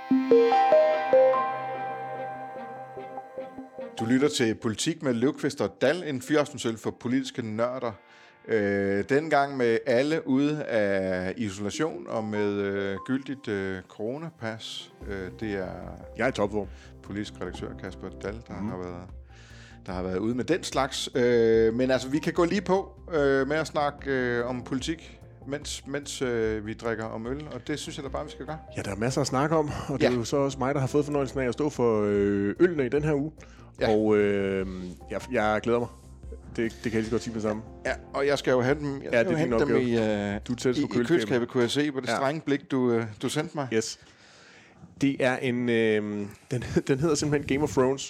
Du lytter til Politik med Løvqvist og Dahl, en fyraftenøl for politiske nørder. Dengang med alle ude af isolation og med gyldigt coronapas. Det er jeg er i topform. Politisk redaktør Kasper Dahl, der har været ude med den slags. Men altså, vi kan gå lige på med at snakke om politik, mens vi drikker om øl, og det synes jeg da bare, vi skal gøre. Ja, der er masser at snakke om, og det er jo så også mig, der har fået fornøjelsen af at stå for ølene i den her uge. Ja. Og jeg glæder mig. Det kan jeg lige så godt sige med sammen. Ja, og jeg skal jo hente dem, i køleskabet, kunne jeg se på det strenge blik, du sendte mig. Yes. Det er en... den hedder simpelthen Game of Thrones,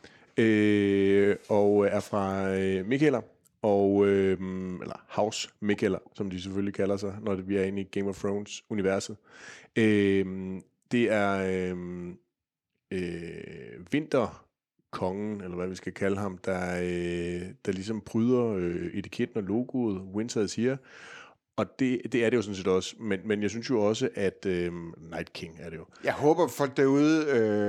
og er fra Mikkeller, og, eller House Mikkeller, som de selvfølgelig kalder sig, når vi er inde i Game of Thrones-universet. Det er Vinterkongen, eller hvad vi skal kalde ham, der ligesom bryder etiketten og logoet Winter is Here. Og det er det jo sådan set også, men jeg synes jo også, at Night King er det jo. Jeg håber, folk derude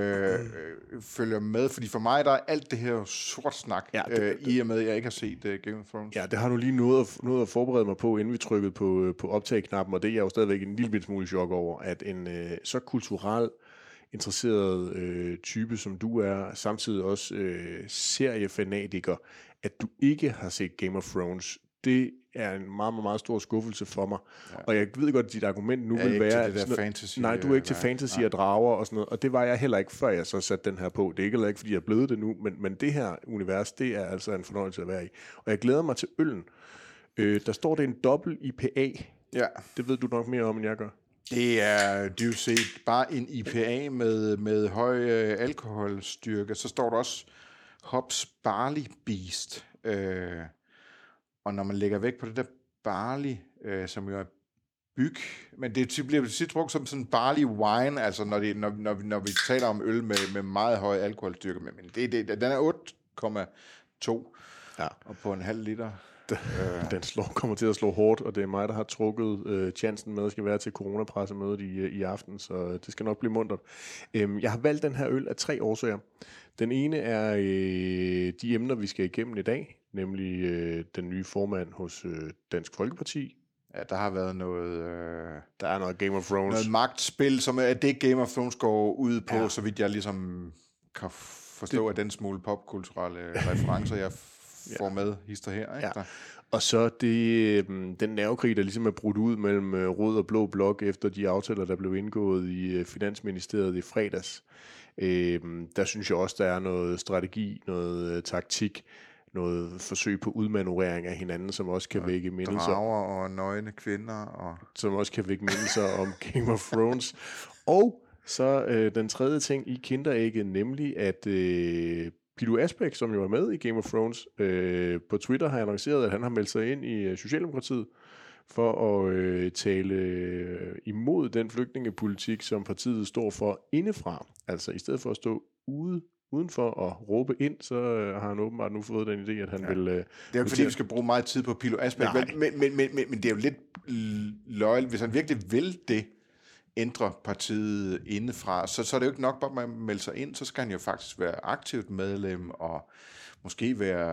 følger med, fordi for mig der er alt det her sort snak, i og med, at jeg ikke har set Game of Thrones. Ja, det har du lige noget at forberede mig på, inden vi trykkede på optag-knappen, og det er jeg jo stadigvæk en lille smule chok over, at en så kulturel interesseret type, som du er, samtidig også seriefanatiker, at du ikke har set Game of Thrones. Det er en meget, meget stor skuffelse for mig. Ja. Og jeg ved godt, at dit argument nu vil være... Det der fantasy, nej, du er ikke til fantasy og drager og sådan noget. Og det var jeg heller ikke, før jeg så satte den her på. Det er ikke, fordi jeg er blevet det nu, men det her univers, det er altså en fornøjelse at være i. Og jeg glæder mig til øllen. Der står det en dobbelt IPA. Ja. Det ved du nok mere om, end jeg gør. Det er dybest set bare en IPA med høj alkoholstyrke. Så står der også Hops Barley Beast. Og når man lægger væk på det der barley, som jo er byg, men det bliver tit brugt som sådan barley wine, altså når vi taler om øl med meget høj alkoholstyrke, men den er 8,2 og på en halv liter. Den kommer til at slå hårdt, og det er mig, der har trukket chancen med, at skal være til coronapressemødet i aften, så det skal nok blive muntert. Jeg har valgt den her øl af 3 årsager. Den ene er de emner, vi skal igennem i dag, nemlig den nye formand hos Dansk Folkeparti. Ja, der har været noget... der er noget Game of Thrones. Noget magtspil, som er det Game of Thrones går ud på, så vidt jeg ligesom kan forstå af den smule popkulturelle referencer, jeg får med hister her. Ikke? Ja. Og så den nervekrig, der ligesom er brudt ud mellem rød og blå blok efter de aftaler, der blev indgået i Finansministeriet i fredags. Der synes jeg også, der er noget strategi, noget taktik, noget forsøg på udmanøvrering af hinanden, som også kan vække mindelser. Drager og nøgne kvinder. Og... Som også kan vække mindelser om Game of Thrones. Og så den tredje ting i kinderægget, nemlig at Pilu Asbæk, som jo er med i Game of Thrones, på Twitter har annonceret, at han har meldt sig ind i Socialdemokratiet for at tale imod den flygtningepolitik, som partiet står for indefra. Altså i stedet for at stå udenfor og råbe ind, så har han åbenbart nu fået den idé, at han vil... det er jo fordi, vi skal bruge meget tid på Pilu Asbæk, men det er jo lidt løjligt. Hvis han virkelig vil det, ændre partiet indefra, så er det jo ikke nok bare at melde sig ind, så skal han jo faktisk være aktivt medlem, og måske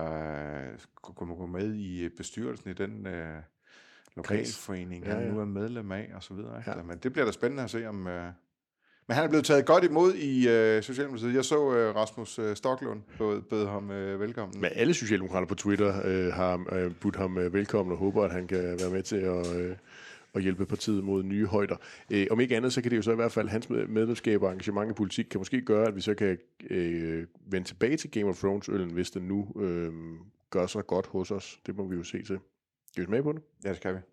gå med i bestyrelsen i den lokalforening, han nu er medlem af, og så videre. Ja. Men det bliver da spændende at se, om... Men han er blevet taget godt imod i Socialdemokratiet. Jeg så Rasmus Stoklund bød ham velkommen. Men alle socialdemokrater på Twitter har budt ham velkommen, og håber, at han kan være med til at hjælpe partiet mod nye højder. Om ikke andet, så kan det jo så i hvert fald, hans medlemskab og engagement i politik, kan måske gøre, at vi så kan vende tilbage til Game of Thrones-øllen, hvis den nu gør sig godt hos os. Det må vi jo se til. Skal vi smage på det? Ja, det skal vi.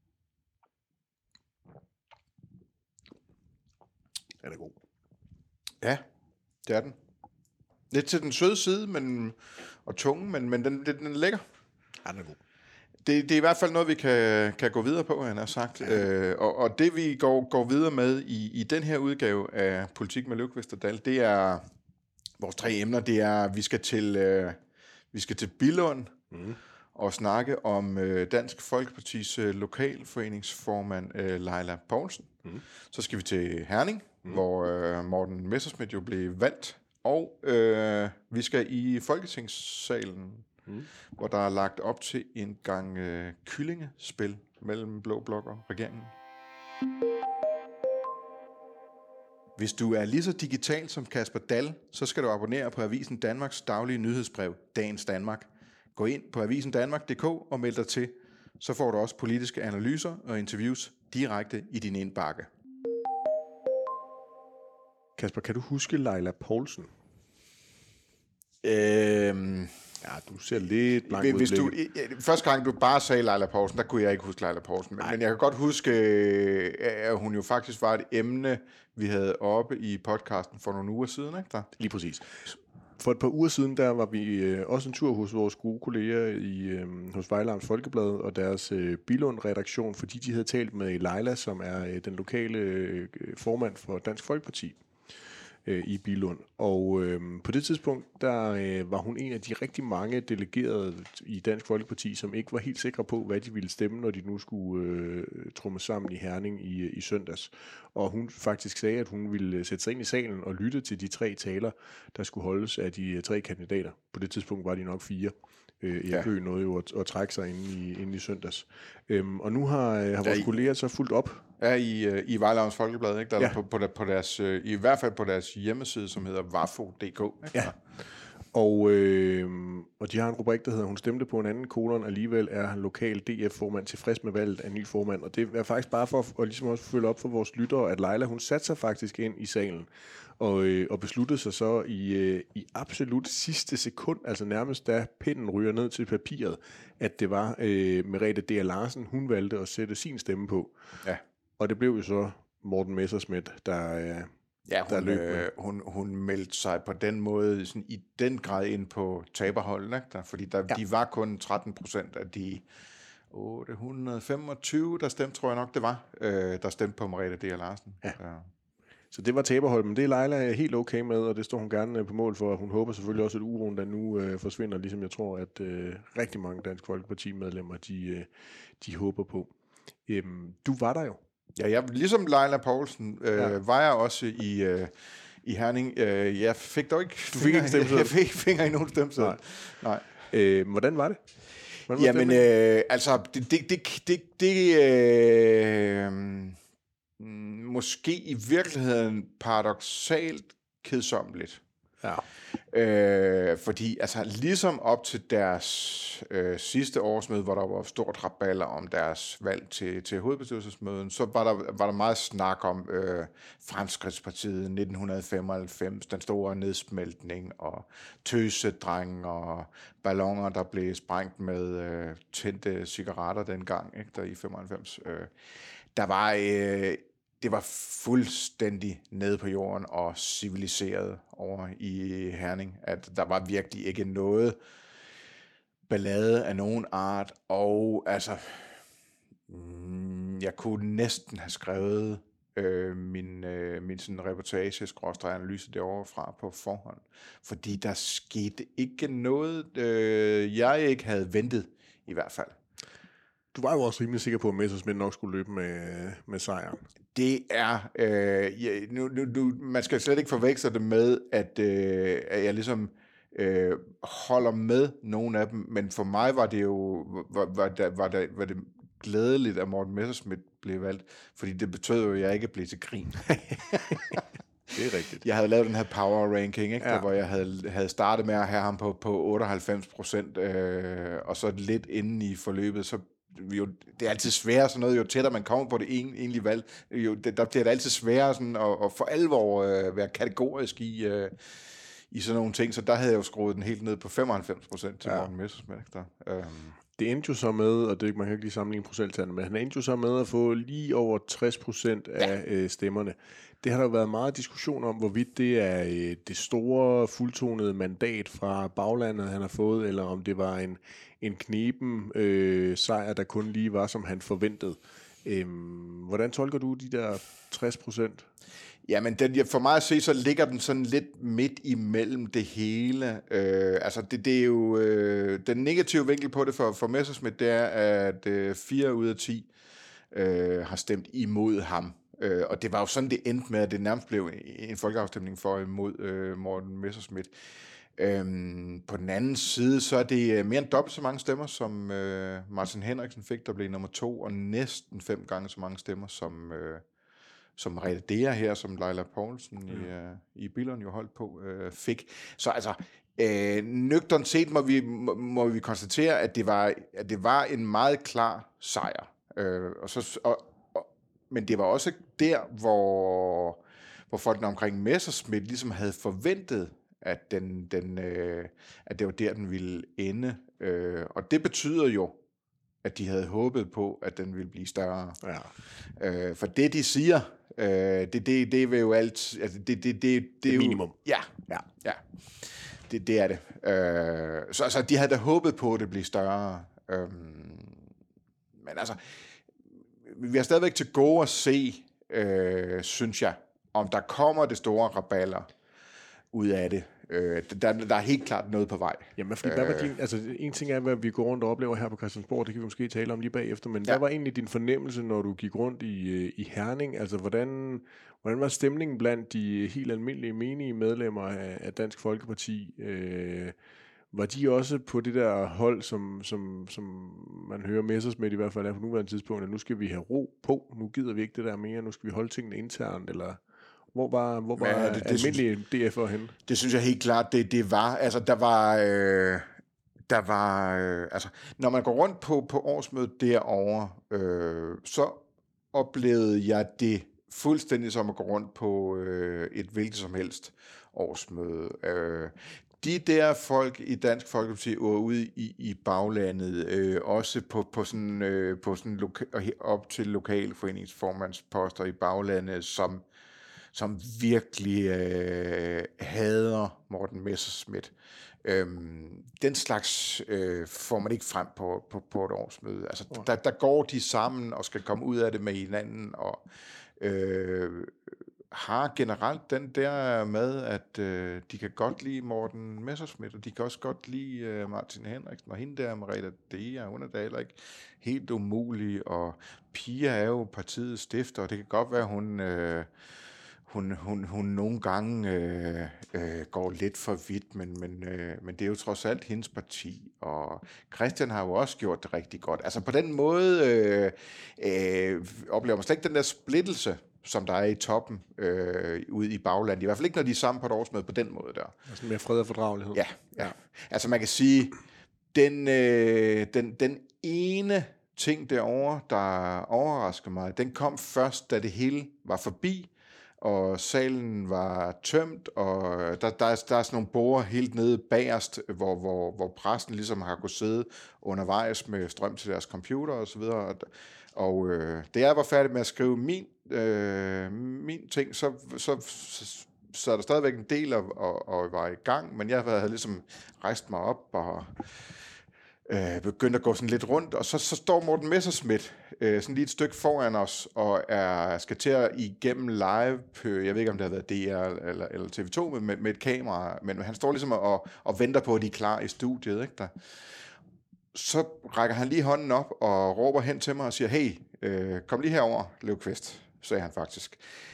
Den er god. Ja, det er den. Lidt til den søde side og tunge, men den er lækker. Ja, den er god. Det er i hvert fald noget, vi kan gå videre på, han har sagt. Og det, vi går videre med i den her udgave af Politik med Løvqvist og Dahl, det er vores 3 emner. Det er, vi skal til Billund, og snakke om Dansk Folkepartis lokalforeningsformand Leila Poulsen. Så skal vi til Herning, hvor Morten Messerschmidt jo blev valgt. Og vi skal i Folketingssalen, hvor der er lagt op til en gang kyllingespil mellem Blå Blok og regeringen. Hvis du er lige så digital som Kasper Dahl, så skal du abonnere på Avisen Danmarks daglige nyhedsbrev, Dagens Danmark. Gå ind på avisendanmark.dk og meld dig til. Så får du også politiske analyser og interviews direkte i din indbakke. Kasper, kan du huske Leila Poulsen? Ja, du ser lidt blank ud. Første gang du bare sagde Leila Poulsen, der kunne jeg ikke huske Leila Poulsen. Men jeg kan godt huske, at hun jo faktisk var et emne, vi havde oppe i podcasten for nogle uger siden. Ikke der? Lige præcis. For et par uger siden, der var vi også en tur hos vores gode kolleger hos Vejle Amts Folkeblad og deres Billund-redaktion, fordi de havde talt med Leila, som er den lokale formand for Dansk Folkeparti i Billund. Og på det tidspunkt, der var hun en af de rigtig mange delegerede i Dansk Folkeparti, som ikke var helt sikre på, hvad de ville stemme, når de nu skulle trumme sammen i Herning i søndags. Og hun faktisk sagde, at hun ville sætte sig ind i salen og lytte til de 3 taler, der skulle holdes af de 3 kandidater. På det tidspunkt var de nok 4. Erik Høegh nåede jo at trække sig inde i søndags. Og nu har vores kolleger så fulgt op. Ja, i Vejle Amts Folkeblad, ikke? Der er på deres, i hvert fald på deres hjemmeside, som hedder vafo.dk. Ja. Og de har en rubrik, der hedder, hun stemte på en anden kolon, alligevel er han lokal DF-formand tilfreds med valget af ny formand. Og det er faktisk bare for at ligesom også følge op for vores lyttere, at Leila, hun satte sig faktisk ind i salen og besluttede sig så i absolut sidste sekund, altså nærmest da pinden ryger ned til papiret, at det var Merete D. Larsen, hun valgte at sætte sin stemme på. Ja. Og det blev jo så Morten Messerschmidt, der hun meldte sig på den måde sådan, i den grad ind på taberholden, ikke? Fordi de var kun 13% af de 825, der stemte, tror jeg nok det var, der stemte på Merete D. Larsen. Ja. Så det var taberholdet, men det er Leila helt okay med, og det står hun gerne på mål for. Hun håber selvfølgelig også, at uroen, der nu forsvinder, ligesom jeg tror, at rigtig mange Dansk Folkeparti-medlemmer, de håber på. Du var der jo. Ja, jeg, ligesom Leila Poulsen var jeg også i Herning. Jeg fik dog ikke... Du fik ikke stemmeseddel? Jeg fik ikke fingre i nogen stemmeseddel. Nej. Hvordan var det? Jamen, altså, måske i virkeligheden paradoksalt kedsommeligt. Ja. Fordi altså ligesom op til deres sidste årsmøde, hvor der var stort rabalder om deres valg til hovedbestyrelsesmøden, så var der meget snak om Fremskridtspartiet 1995, den store nedsmeltning og tøsedreng og balloner, der blev sprængt med tændte cigaretter dengang, ikke, der i 95. Der var... Det var fuldstændig nede på jorden og civiliseret over i Herning, at der var virkelig ikke noget ballade af nogen art, og altså, jeg kunne næsten have skrevet min sådan reportage-analyse derovre fra på forhånd, fordi der skete ikke noget, jeg ikke havde ventet i hvert fald. Du var jo også rimelig sikker på, at Messerschmidt nok skulle løbe med sejren. Det er... man skal slet ikke forveksle det med, at jeg ligesom holder med nogle af dem, men for mig var det jo var det glædeligt, at Morten Messerschmidt blev valgt, fordi det betød jo, at jeg ikke blev til grin. Det er rigtigt. Jeg havde lavet den her power ranking, ikke? Der, hvor jeg havde startet med at have ham på 98%, og så lidt inden i forløbet, så jo, det er altid sværere sådan noget, jo tættere man kommer på det egentlige valg, der bliver det altid sværere sådan, at for alvor være kategorisk i sådan nogle ting, så der havde jeg jo skruet den helt ned på 95% til Morten Messerschmidt. Det endte jo så med, og man kan ikke lige sammenligne procenttallene, men han endte jo så med at få lige over 60% af stemmerne. Det har der jo været meget diskussion om, hvorvidt det er det store, fuldtonede mandat fra baglandet, han har fået, eller om det var en kneben sejr, der kun lige var, som han forventede. Hvordan tolker du de der 60%? Jamen, for mig at se, så ligger den sådan lidt midt imellem det hele. Altså, det er jo... den negative vinkel på det for Messerschmidt, det er, at 4 ud af 10 har stemt imod ham. Og det var jo sådan, det endte med, at det nærmest blev en folkeafstemning for imod Morten Messerschmidt. På den anden side, så er det mere end dobbelt så mange stemmer, som Martin Henriksen fik, der blev nummer 2, og næsten 5 gange så mange stemmer, som Merete Dea her, som Leila Poulsen i Billund jo holdt på, fik. Så altså, nøgternt set må vi konstatere, at det var en meget klar sejr. Men det var også der, hvor folkene omkring Messerschmidt ligesom havde forventet, at at det var der, den ville ende. Og det betyder jo, at de havde håbet på, at den ville blive større. Ja. For det, de siger, det er jo alt... Altså, det er minimum. Ja. Det er det. Så de havde da håbet på, at det blev større. Men altså, vi har stadigvæk til gode at se, synes jeg, om der kommer det store raballer ud af det. Der er helt klart noget på vej. Jamen, fordi hvad var en ting er, hvad vi går rundt og oplever her på Christiansborg, det kan vi måske tale om lige bagefter, men hvad var egentlig din fornemmelse, når du gik rundt i Herning? Altså, hvordan var stemningen blandt de helt almindelige menige medlemmer af Dansk Folkeparti? Var de også på det der hold, som man hører Messerschmidt i hvert fald er på nuværende tidspunkt, at nu skal vi have ro på, nu gider vi ikke det der mere, nu skal vi holde tingene internt, eller... Hvor var det almindelige DF'er henne? Det synes jeg helt klart, det var. Altså, der var altså, når man går rundt på årsmødet derovre, så oplevede jeg det fuldstændig som at gå rundt på et hvilket som helst årsmøde. De der folk i Dansk Folkeparti ude i baglandet, også på sådan op til lokalforeningsformandsposter i baglandet, som virkelig hader Morten Messerschmidt. Den slags får man ikke frem på et årsmøde. Altså, der går de sammen og skal komme ud af det med hinanden, og har generelt den der med, at de kan godt lide Morten Messerschmidt, og de kan også godt lide Martin Henriksen, og hende der, Merete Dea, hun er da heller ikke helt umulig, og Pia er jo partiets stifter, og det kan godt være, hun nogle gange går lidt for vidt, men det er jo trods alt hendes parti, og Christian har jo også gjort det rigtig godt. Altså på den måde oplever man slet ikke den der splittelse, som der er i toppen ude i baglandet. I hvert fald ikke, når de er sammen på et årsmøde på den måde der. Altså mere fred og fordragelighed. Ja. Altså man kan sige, den ene ting derovre, der overraskede mig, den kom først, da det hele var forbi, og salen var tømt, og der er sådan nogle borde helt nede bagerst, hvor præsten ligesom har kunnet sidde undervejs med strøm til deres computer og så videre. Og da jeg var færdig med at skrive min ting, så er der stadigvæk en del og var i gang, men jeg havde ligesom rejst mig op og begyndte at gå sådan lidt rundt, og så står Morten Messerschmidt sådan lige et stykke foran os, og skal til at igennem live på, jeg ved ikke om det har været DR eller TV2 med et kamera, men han står ligesom og venter på, at de er klar i studiet, ikke der? Så rækker han lige hånden op og råber hen til mig og siger, hey, kom lige herover, Løvqvist, sagde han faktisk.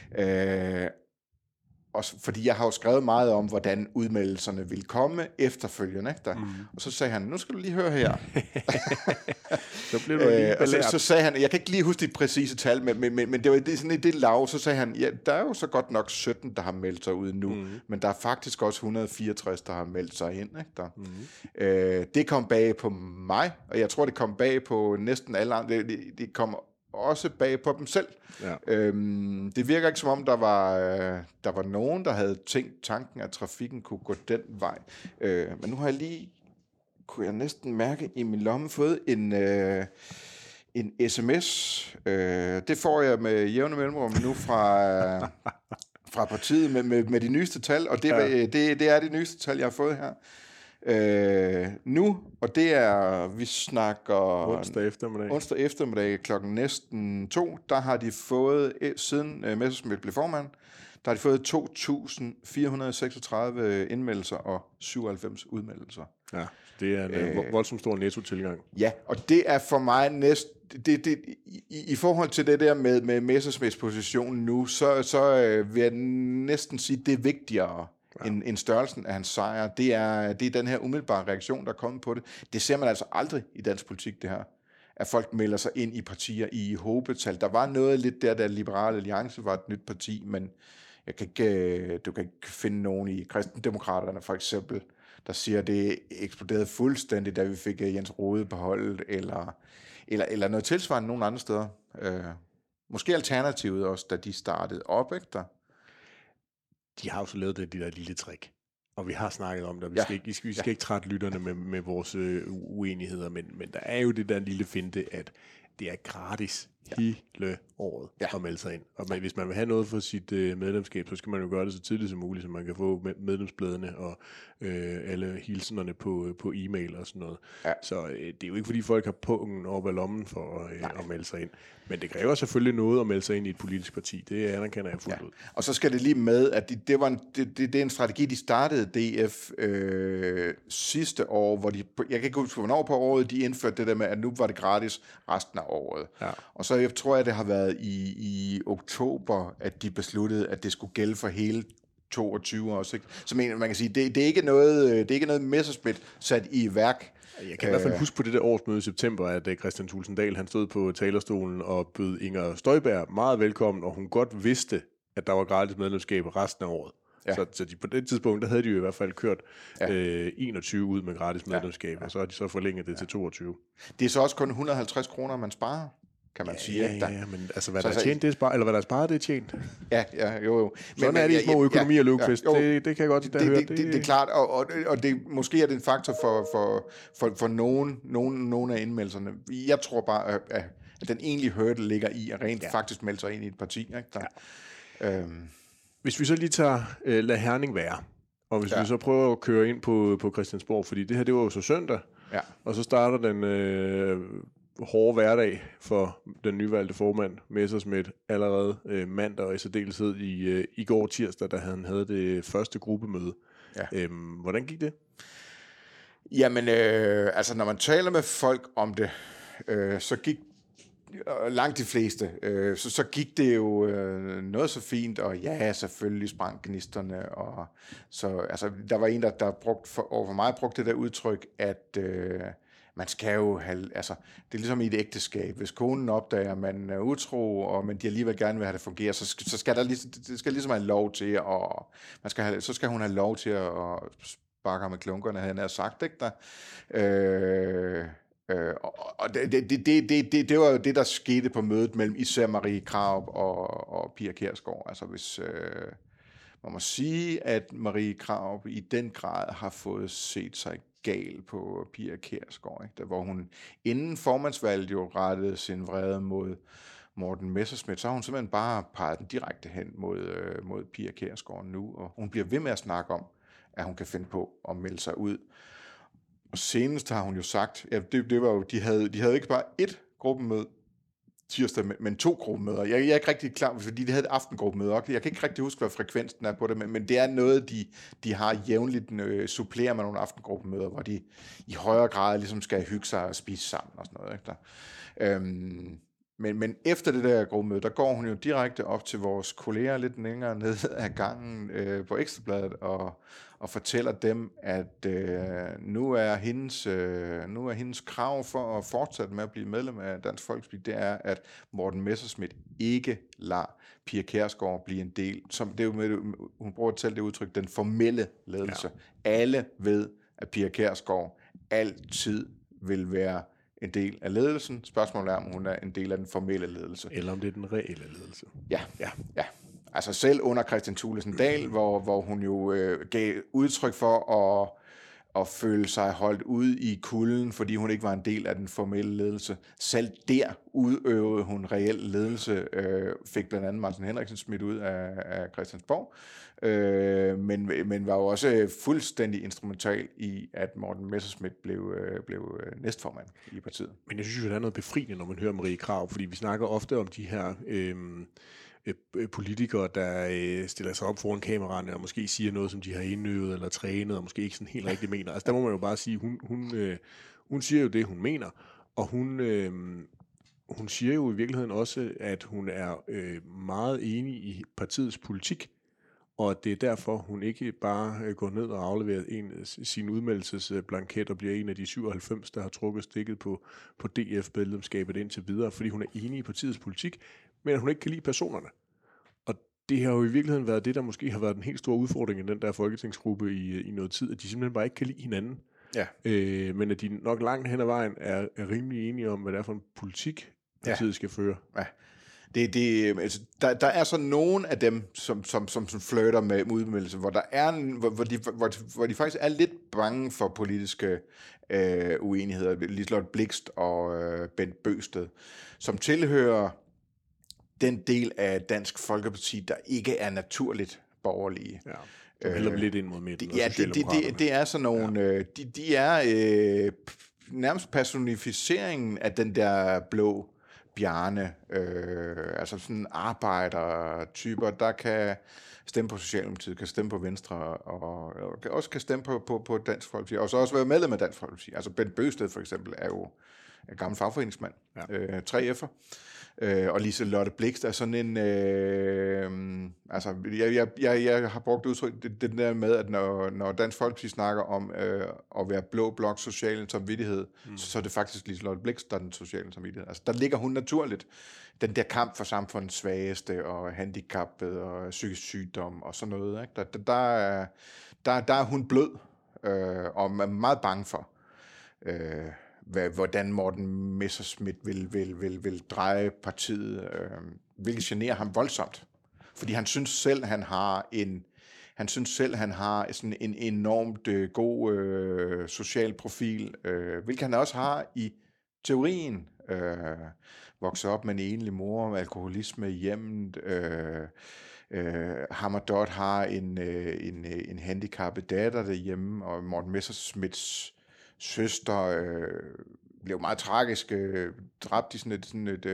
Også fordi jeg har jo skrevet meget om, hvordan udmeldelserne ville komme efterfølgende, ikke der? Og så sagde han, nu skal du lige høre her. Så blev du lige belært. Så sagde han, jeg kan ikke lige huske de præcise tal, men det var sådan i det lav, så sagde han, ja, der er jo så godt nok 17, der har meldt sig ud nu, men der er faktisk også 164, der har meldt sig ind, ikke der? Det kom bag på mig, og jeg tror, det kom bag på næsten alle andre. Det kom også bag på dem selv. Ja. Det virker ikke som om, der var nogen, der havde tænkt tanken, at trafikken kunne gå den vej. Men nu har kunne jeg næsten mærke i min lomme, fået en sms. Det får jeg med jævne mellemrum nu fra partiet med de nyeste tal, og det er de nyeste tal, jeg har fået her. Nu, og det er, vi snakker onsdag eftermiddag klokken næsten 2, der har de fået, siden Messerschmidt blev formand, der har de fået 2.436 indmeldelser og 97 udmeldelser. Ja, det er en voldsomt stor netto-tilgang. Ja, og det er for mig i forhold til det der med Messerschmidts position nu, så vil jeg næsten sige, det er vigtigere end størrelsen af hans sejr. Det er den her umiddelbare reaktion, der er kommet på det. Det ser man altså aldrig i dansk politik, det her. At folk melder sig ind i partier i hobetal. Der var noget lidt der Liberale Alliance var et nyt parti, men du kan ikke finde nogen i Kristendemokraterne for eksempel, der siger, at det eksploderede fuldstændig, da vi fik Jens Rohde på holdet, eller noget tilsvarende nogen andre steder. Måske Alternativet også, da de startede op, ikke der? De har jo så lavet det der lille trick, og vi har snakket om det, vi skal ikke trætte lytterne med vores uenigheder, men der er jo det der lille finte, at det er gratis hele året at melde sig ind. Og hvis man vil have noget for sit medlemskab, så skal man jo gøre det så tidligt som muligt, så man kan få medlemsbladene og alle hilsenerne på e-mail og sådan noget. Ja. Så det er jo ikke fordi folk har pungen op af lommen for at melde sig ind. Men det kræver selvfølgelig noget at melde sig ind i et politisk parti. Det anerkender jeg fuldt ud. Og så skal det lige med, at det er en strategi, de startede DF sidste år, hvor jeg kan ikke huske, hvornår på året de indførte det der med, at nu var det gratis resten af året. Ja. Og så jeg tror det har været i oktober, at de besluttede, at det skulle gælde for hele 22 også. Ikke? Så man kan sige, det er ikke noget Messerschmidt sat i værk. Jeg kan i hvert fald huske på det der årsmøde i september, at Kristian Thulesen Dahl, han stod på talerstolen og bød Inger Støjberg meget velkommen, og hun godt vidste, at der var gratis medlemskab resten af året. Ja. Så på det tidspunkt, der havde de jo i hvert fald kørt 21 ud med gratis medlemskab, og så har de så forlænget det til 22. Det er så også kun 150 kroner, man sparer, kan man sige. Ja, men altså, hvad der er tjent, det er sparet, eller hvad der er sparet, det er tjent. Ja, jo. Sådan er det i små økonomier, Løvqvist. Det kan jeg godt høre. Det er klart, og det, måske er det en faktor for nogle af indmeldelserne. Jeg tror bare, at den egentlige hurdle ligger i at rent faktisk melde sig ind i et parti. Ikke? Hvis vi så lige tager lad Herning være, og hvis vi så prøver at køre ind på Christiansborg, fordi det her, det var jo så søndag, og så starter den hårde hverdag for den nyvalgte formand, Messerschmidt, allerede mandag og i særdeleshed i går tirsdag, da han havde det første gruppemøde. Ja. Hvordan gik det? Jamen, altså når man taler med folk om det, så gik langt de fleste, så gik det jo noget så fint, og ja, selvfølgelig sprang gnisterne, og så, altså, der var en, der over for mig brugte det der udtryk, at man skal jo have, altså, det er ligesom i et ægteskab, hvis konen opdager, at man er utro, men de alligevel gerne vil have det fungere, så skal det skal ligesom have lov til, og så skal hun have lov til at sparke ham med klunkerne, havde han sagt, ikke der? Og det var jo det, der skete på mødet mellem især Marie Krarup og Pia Kjærsgaard. Altså hvis man må sige, at Marie Krarup i den grad har fået set sig gal på Pia Kjærsgaard, ikke? Der, hvor hun inden formandsvalget jo rettede sin vrede mod Morten Messerschmidt, så har hun simpelthen bare peget den direkte hen mod Pia Kjærsgaard nu, og hun bliver ved med at snakke om, at hun kan finde på at melde sig ud. Og senest har hun jo sagt, ja, det var jo, de havde ikke bare ét gruppemøde tirsdag, men 2 gruppemøder. Jeg er ikke rigtig klar, fordi de havde et aftengruppemøde. Jeg kan ikke rigtig huske, hvad frekvensen er på det, men det er noget, de har jævnligt supplerer med nogle aftengruppemøder, hvor de i højere grad ligesom skal hygge sig og spise sammen og sådan noget. Ikke der? Men efter det der gruppemøde, der går hun jo direkte op til vores kolleger lidt længere ned ad gangen på Ekstrabladet og fortæller dem, at nu er hendes krav for at fortsætte med at blive medlem af Dansk Folkeparti, det er, at Morten Messerschmidt ikke lader Pia Kjærsgaard blive en del, som det er jo med, hun bruger at tale det udtryk, den formelle ledelse. Ja. Alle ved, at Pia Kjærsgaard altid vil være en del af ledelsen. Spørgsmålet er, om hun er en del af den formelle ledelse. Eller om det er den reelle ledelse. Ja. Altså selv under Kristian Thulesen Dahl, hvor hun jo gav udtryk for at føle sig holdt ude i kulden, fordi hun ikke var en del af den formelle ledelse. Selv der udøvede hun reel ledelse, fik blandt andet Martin Henriksen smidt ud af Christiansborg, men var jo også fuldstændig instrumental i, at Morten Messerschmidt blev næstformand i partiet. Men jeg synes jo, der er noget befriende, når man hører Marie Krarup, fordi vi snakker ofte om de her politikere, der stiller sig op foran kameraerne og måske siger noget, som de har indøvet eller trænet, og måske ikke sådan helt rigtigt mener. Altså der må man jo bare sige, hun siger jo det, hun mener, og hun siger jo i virkeligheden også, at hun er meget enig i partiets politik, og det er derfor, hun ikke bare går ned og afleverer sin udmeldelsesblanket og bliver en af de 97, der har trukket stikket på DF-medlemskabet indtil videre, fordi hun er enig i partiets politik, men at hun ikke kan lide personerne. Og det har jo i virkeligheden været det, der måske har været den helt store udfordring i den der folketingsgruppe i noget tid, at de simpelthen bare ikke kan lide hinanden. Ja. Men at de nok langt hen ad vejen er rimelig enige om, hvad det er for en politik, partiet skal føre. Ja. Altså, der er så nogle af dem, som flirter med udmeldelse, hvor de faktisk er lidt bange for politiske uenigheder. Liselott Blixt og Bent Bøgsted, som tilhører den del af Dansk Folkeparti, der ikke er naturligt borgerlige. Ja. Som hælder lidt ind mod midten. Ja, det er sådan nogle... De er nærmest personificeringen af den der blå Bjarne, altså sådan arbejdertyper, der kan stemme på Socialdemokratiet, kan stemme på Venstre, og også kan stemme på Dansk Folkeparti, og så også være medlem af Dansk Folkeparti. Altså Bent Bøgsted for eksempel er jo en gammel fagforeningsmand, 3F'er, og Liselotte Blixt er sådan en, altså jeg har brugt udtryk, det der med, at når Dansk Folkeparti snakker om at være blå blok social samvittighed, så er det faktisk Liselotte Blixt, der er den sociale samvittighed. Altså der ligger hun naturligt, den der kamp for samfundets svageste, og handicappet, og psykisk sygdom, og sådan noget, ikke? Der er hun blød, og er meget bange for, hvordan Morten Messerschmidt vil dreje partiet, hvilket generer ham voldsomt. Fordi han synes selv, han har sådan en enormt god social profil, hvilket han også har i teorien. Vokser op med en enlig mor, med alkoholisme i hjemmet. Hammer har en handicappet datter derhjemme, og Morten Messerschmidts søster blev meget tragisk dræbt i sådan et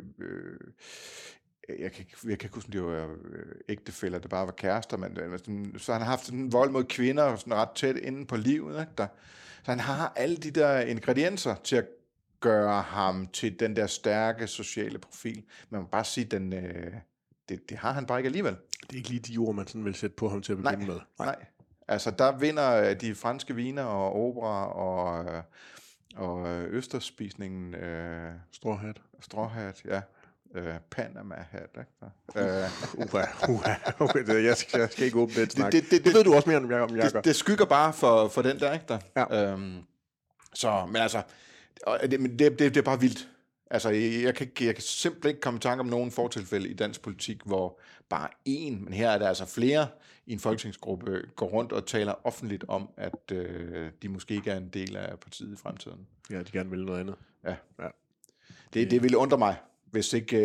jeg kan ikke huske, det var ægtefæller, det bare var kærester, men så han har haft sådan vold mod kvinder sådan ret tæt inde på livet, ikke? Så han har alle de der ingredienser til at gøre ham til den der stærke sociale profil. Man må bare sige, det har han bare ikke alligevel. Det er ikke lige de ord, man sådan vil sætte på ham til at begynde med. Nej. Altså, der vinder de franske viner og opera og østersspisningen. Stråhat, ja. Panama-hat, ikke? Okay, jeg skal ikke åbne den snak. Det ved du også mere, om jeg gør. Det skygger bare for den der, ikke? Ja. Men altså, det er bare vildt. Altså, jeg kan simpelthen ikke komme i tanke om nogen fortilfælde i dansk politik, hvor bare én, men her er der altså flere i en folketingsgruppe, går rundt og taler offentligt om, at de måske ikke er en del af partiet i fremtiden. Ja, de gerne vil noget andet. Ja. Det ville undre mig, hvis ikke...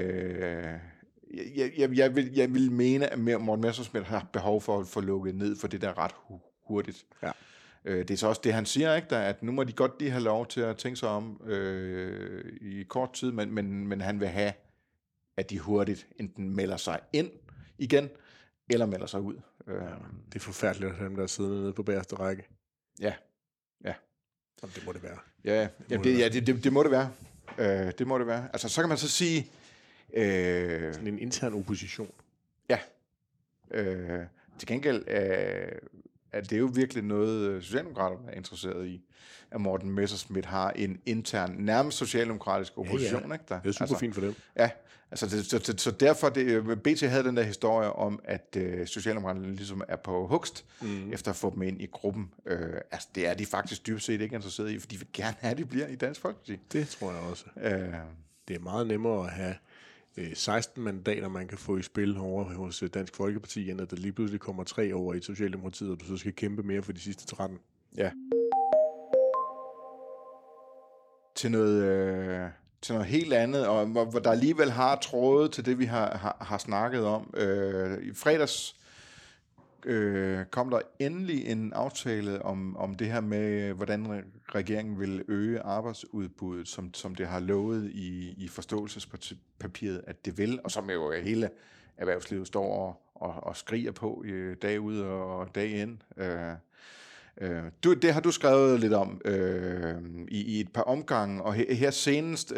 Jeg vil mene, at Morten Messerschmidt har behov for at få lukket ned for det der ret hurtigt. Ja. Det er så også det, han siger, ikke? At nu må de godt lige have lov til at tænke sig om i kort tid, men han vil have, at de hurtigt enten melder sig ind igen, eller melder sig ud. Det er forfærdeligt, at dem der sidder nede på bagerste række. Ja. Og det må det være. Det må det være. Det må det være. Altså, så kan man så sige... sådan en intern opposition. Ja. Til gengæld at det er jo virkelig noget, Socialdemokraterne er interesseret i, at Morten Messerschmidt har en intern, nærmest socialdemokratisk opposition. Ja. Ikke? Det er super fint for dem. Ja, altså så derfor, BT havde den der historie om, at Socialdemokraterne ligesom er på hugst, efter at få dem ind i gruppen. Altså det er de faktisk dybest set ikke interesseret i, for de vil gerne have, at de bliver i Dansk Folkeparti. Det tror jeg også. Det er meget nemmere at have 16 mandater, man kan få i spil over hos Dansk Folkeparti, end at der lige pludselig kommer 3 over i Socialdemokratiet, og du så skal kæmpe mere for de sidste 13. Ja. Til noget helt andet, og hvor der alligevel har trådet til det, vi har snakket om. I fredags kom der endelig en aftale om det her med, hvordan regeringen vil øge arbejdsudbuddet, som det har lovet i forståelsespapiret, at det vil, og som jo hele erhvervslivet står og skriger på dag ud og dag ind. Det har du skrevet lidt om i et par omgange, og her senest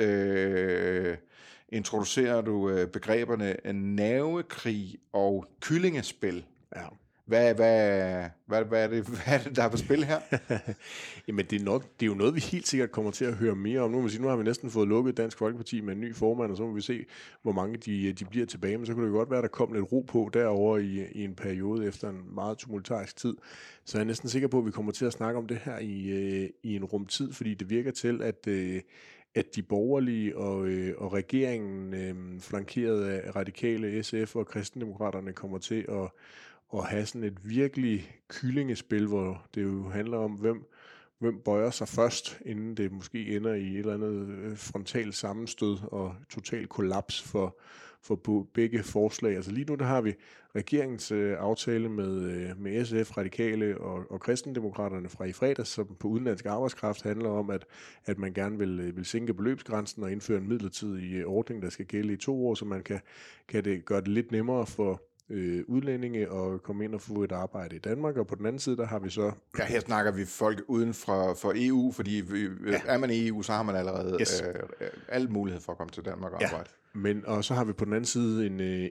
introducerer du begreberne nervekrig og kyllingespil. Ja. Hvad er det, der er på spil her? Jamen det er jo noget, vi helt sikkert kommer til at høre mere om. Nu har vi næsten fået lukket Dansk Folkeparti med en ny formand, og så må vi se, hvor mange de bliver tilbage. Men så kunne det godt være, at der kom lidt ro på derovre i en periode efter en meget tumultarisk tid. Så jeg er næsten sikker på, at vi kommer til at snakke om det her i en rumtid, fordi det virker til, at de borgerlige og regeringen, flankeret af radikale, SF og kristendemokraterne, kommer til at have sådan et virkelig kyllingespil, hvor det jo handler om, hvem bøjer sig først, inden det måske ender i et eller andet frontalt sammenstød og total kollaps for begge forslag. Altså lige nu der har vi regeringens aftale med SF, radikale og kristendemokraterne fra i fredags, som på udenlandsk arbejdskraft handler om, at man gerne vil sænke beløbsgrænsen og indføre en midlertidig ordning, der skal gælde i 2 år, så man kan gøre det lidt nemmere for udlændinge og komme ind og få et arbejde i Danmark, og på den anden side, der har vi så... Ja, her snakker vi folk uden for EU, fordi er man i EU, så har man allerede alle muligheder for at komme til Danmark og arbejde. Og så har vi på den anden side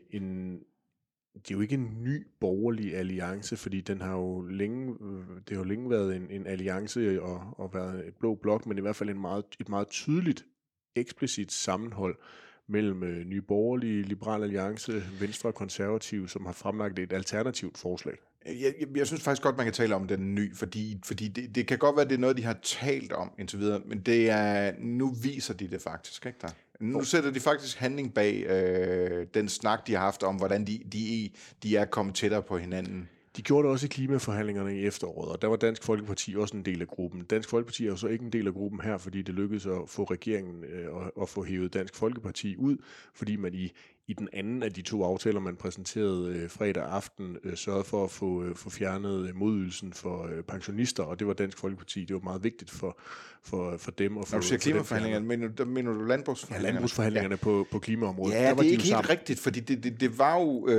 det er jo ikke en ny borgerlig alliance, fordi det har jo længe været en alliance og været et blå blok, men i hvert fald et meget tydeligt, eksplicit sammenhold mellem Nye Borgerlige, Liberal Alliance, Venstre og Konservative, som har fremlagt et alternativt forslag. Jeg synes faktisk godt, man kan tale om den ny, fordi det kan godt være, at det er noget, de har talt om indtil videre, men nu viser de det faktisk, ikke der? Nu sætter de faktisk handling bag den snak, de har haft om, hvordan de er kommet tættere på hinanden. De gjorde det også i klimaforhandlingerne i efteråret, og der var Dansk Folkeparti også en del af gruppen. Dansk Folkeparti er jo så ikke en del af gruppen her, fordi det lykkedes at få regeringen og få hævet Dansk Folkeparti ud, fordi man i den anden af de 2 aftaler, man præsenterede fredag aften, sørgede for at få fjernet modydelsen for pensionister, og det var Dansk Folkeparti. Det var meget vigtigt for dem. Når du siger klimaforhandlingerne, mener du landbrugsforhandlingerne? Ja, landbrugsforhandlingerne på klimaområdet. Ja, det er ikke helt rigtigt, fordi det var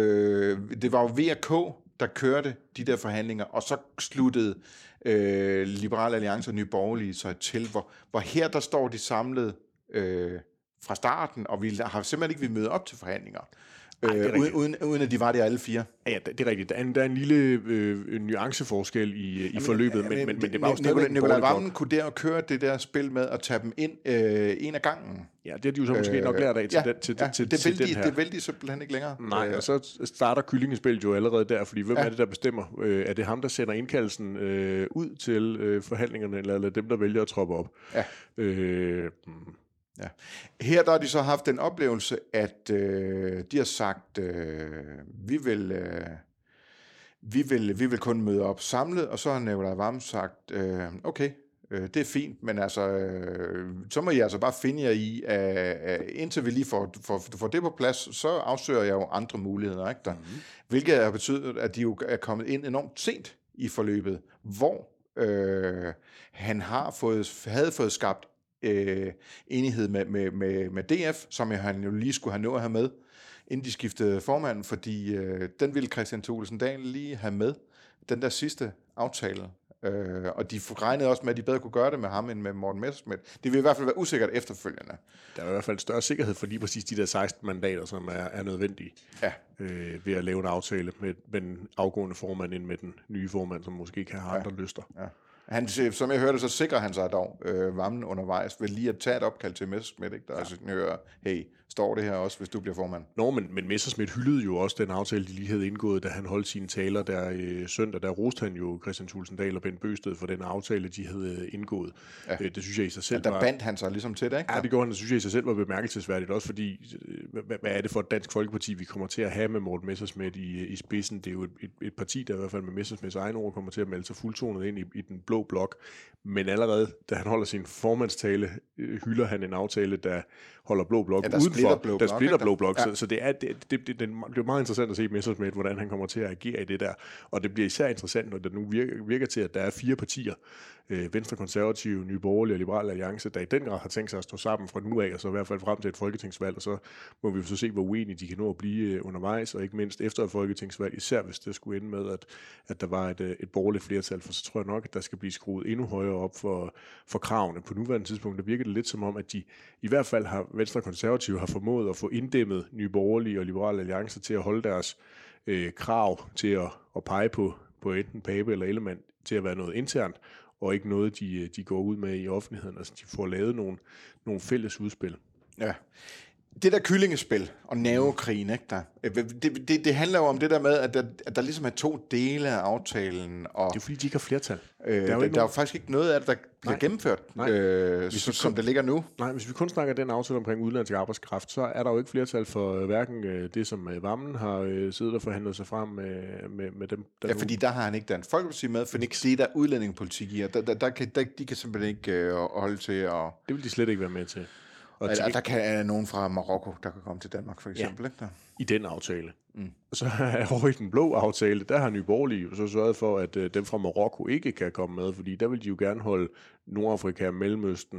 jo VK, der kørte de der forhandlinger, og så sluttede Liberal Alliance og Nye Borgerlige sig til, hvor her der står de samlet fra starten, og vi har simpelthen ikke møde op til forhandlinger, uden at de var der alle 4. Ja, det er rigtigt. Der er en lille nuanceforskel i forløbet, men det var jo Nicolai Wammen kunne der køre det der spil med at tage dem ind en af gangen. Ja, det har de jo så måske nok lært af til den her. Det vil de simpelthen ikke længere. Nej, og så starter kyllingespillet jo allerede der, fordi hvem er det, der bestemmer? Er det ham, der sender indkaldelsen ud til forhandlingerne, eller dem, der vælger at troppe op? Ja. Ja. Her der har de så haft en oplevelse, at de har sagt, vi vil kun møde op samlet, og så har Nicolai Wammen sagt, okay, det er fint, men altså, så må I altså bare finde jer i, indtil vi lige får det på plads, så afsøger jeg jo andre muligheder, ikke der? Mm-hmm. Hvilket har betydet, at de jo er kommet ind enormt sent i forløbet, hvor han havde fået skabt enighed med DF, som han jo lige skulle have nået at have med, inden de skiftede formanden, fordi den ville Kristian Thulesen Dahl lige have med, den der sidste aftale. Og de regnede også med, at de bedre kunne gøre det med ham end med Morten Messerschmidt. Det vil i hvert fald være usikkert efterfølgende. Der er i hvert fald større sikkerhed for lige præcis de der 16 mandater, som er nødvendige ved at lave en aftale med den afgående formand end med den nye formand, som måske kan have andre lyster. Ja. Som jeg hørte, så sikrer han sig dog Wammen undervejs ved lige at tage et opkald til Messerschmidt, ikke? Der altså hører, hey, står det her også, hvis du bliver formand? Nå, men Messerschmidt hyldede jo også den aftale, de lige havde indgået, da han holdt sine taler der søndag. Der roste han jo Kristian Thulesen Dahl og Bent Bøgsted for den aftale, de havde indgået. Ja. Det synes jeg i sig selv der bandt han sig ligesom til det, ikke? Ja, det gjorde han. Det synes jeg i sig selv var bemærkelsesværdigt også, fordi hvad er det for et Dansk Folkeparti, vi kommer til at have med Morten Messerschmidt i spidsen? Det er jo et parti, der i hvert fald med Messerschmidts egne ord kommer til at melde sig fuldtonet ind i den blå blok. Men allerede, da han holder sin formandstale, hylder han en aftale, der holder blå blok uden splitter Blå Blok. Så det er meget interessant at se Messerschmidt, hvordan han kommer til at agere i det der. Og det bliver især interessant, når det nu virker til, at der er 4 partier, Venstre, Konservative, Nye Borgerlige og Liberal Alliance, der i den grad har tænkt sig at stå sammen fra nu af, og så i hvert fald frem til et folketingsvalg, og så må vi så se, hvor uenige de kan nå at blive undervejs, og ikke mindst efter et folketingsvalg, især hvis det skulle ende med, at der var et borgerligt flertal, for så tror jeg nok, at der skal blive skruet endnu højere op for kravene. På nuværende tidspunkt, der virker det lidt som om, at de i hvert fald har Venstre og Konservative har formået at få inddæmmet Nye Borgerlige og Liberal Alliance til at holde deres krav til at pege på enten Pape eller Ellemann til at være noget internt, og ikke noget, de går ud med i offentligheden. Altså, de får lavet nogle fælles udspil. Ja. Det der kyllingespil og nervekrigen, ikke der? Det handler jo om det der med, at der ligesom er 2 dele af aftalen. Og det er fordi, de ikke har flertal. Der er jo faktisk ikke noget af det, der bliver gennemført, som det ligger nu. Nej, hvis vi kun snakker den aftale omkring udenlandsk arbejdskraft, så er der jo ikke flertal for hverken det, som Vammen har siddet og forhandlet sig frem med dem. Ja, fordi der har han ikke Dansk Folkeparti med, for det der udlændingepolitik i, de kan simpelthen ikke holde til at... Det vil de slet ikke være med til. Og der kan nogen fra Marokko, der kan komme til Danmark, for eksempel. Ja, ikke der? I den aftale. Og så er over i den blå aftale, der har Nye Borgerlige så sørget for, at dem fra Marokko ikke kan komme med, fordi der vil de jo gerne holde Nordafrika og Mellemøsten